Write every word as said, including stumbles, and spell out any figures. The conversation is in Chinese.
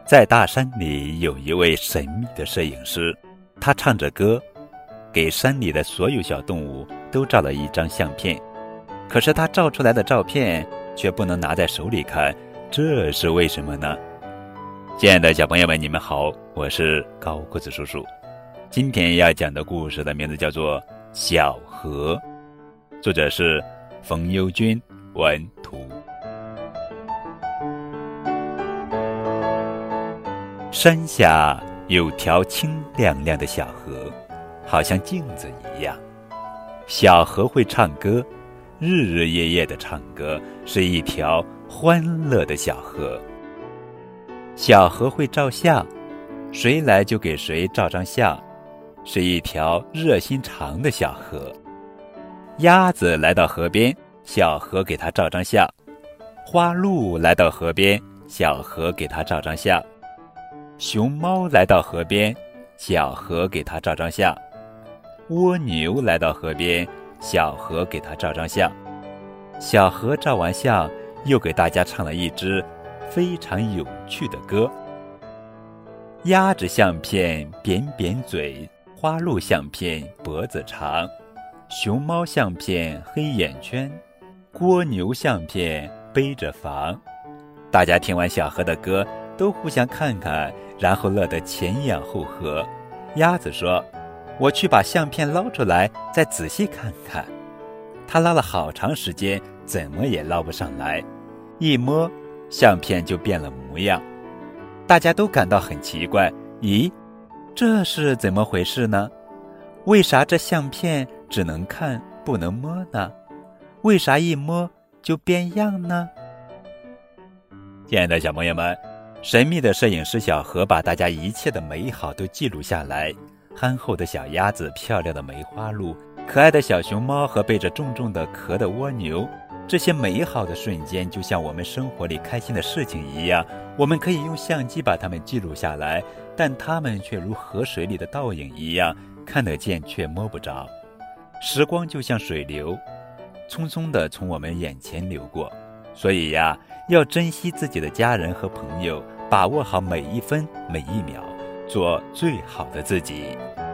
在大山里有一位神秘的摄影师，他唱着歌，给山里的所有小动物都照了一张相片。可是他照出来的照片却不能拿在手里看，这是为什么呢？亲爱的小朋友们，你们好，我是高个子叔叔。今天要讲的故事的名字叫做《小河》，作者是冯优军文图。山下有条清亮亮的小河，好像镜子一样。小河会唱歌，日日夜夜的唱歌，是一条欢乐的小河。小河会照相，谁来就给谁照张相，是一条热心肠的小河。鸭子来到河边，小河给它照张相；花鹿来到河边，小河给它照张相；熊猫来到河边，小河给它照张相；蜗牛来到河边，小河给它照张相。小河照完相，又给大家唱了一支非常有趣的歌。鸭子相片扁扁嘴，花鹿相片脖子长，熊猫相片黑眼圈，蜗牛相片背着房。大家听完小河的歌，都互相看看，然后乐得前仰后合。鸭子说：“我去把相片捞出来，再仔细看看。”他捞了好长时间，怎么也捞不上来。一摸，相片就变了模样。大家都感到很奇怪，咦，这是怎么回事呢？为啥这相片只能看不能摸呢？为啥一摸就变样呢？亲爱的小朋友们，神秘的摄影师小河把大家一切的美好都记录下来。憨厚的小鸭子，漂亮的梅花鹿，可爱的小熊猫和背着重重的壳的蜗牛，这些美好的瞬间就像我们生活里开心的事情一样，我们可以用相机把它们记录下来，但它们却如河水里的倒影一样，看得见却摸不着。时光就像水流，匆匆地从我们眼前流过。所以呀，要珍惜自己的家人和朋友，把握好每一分每一秒，做最好的自己。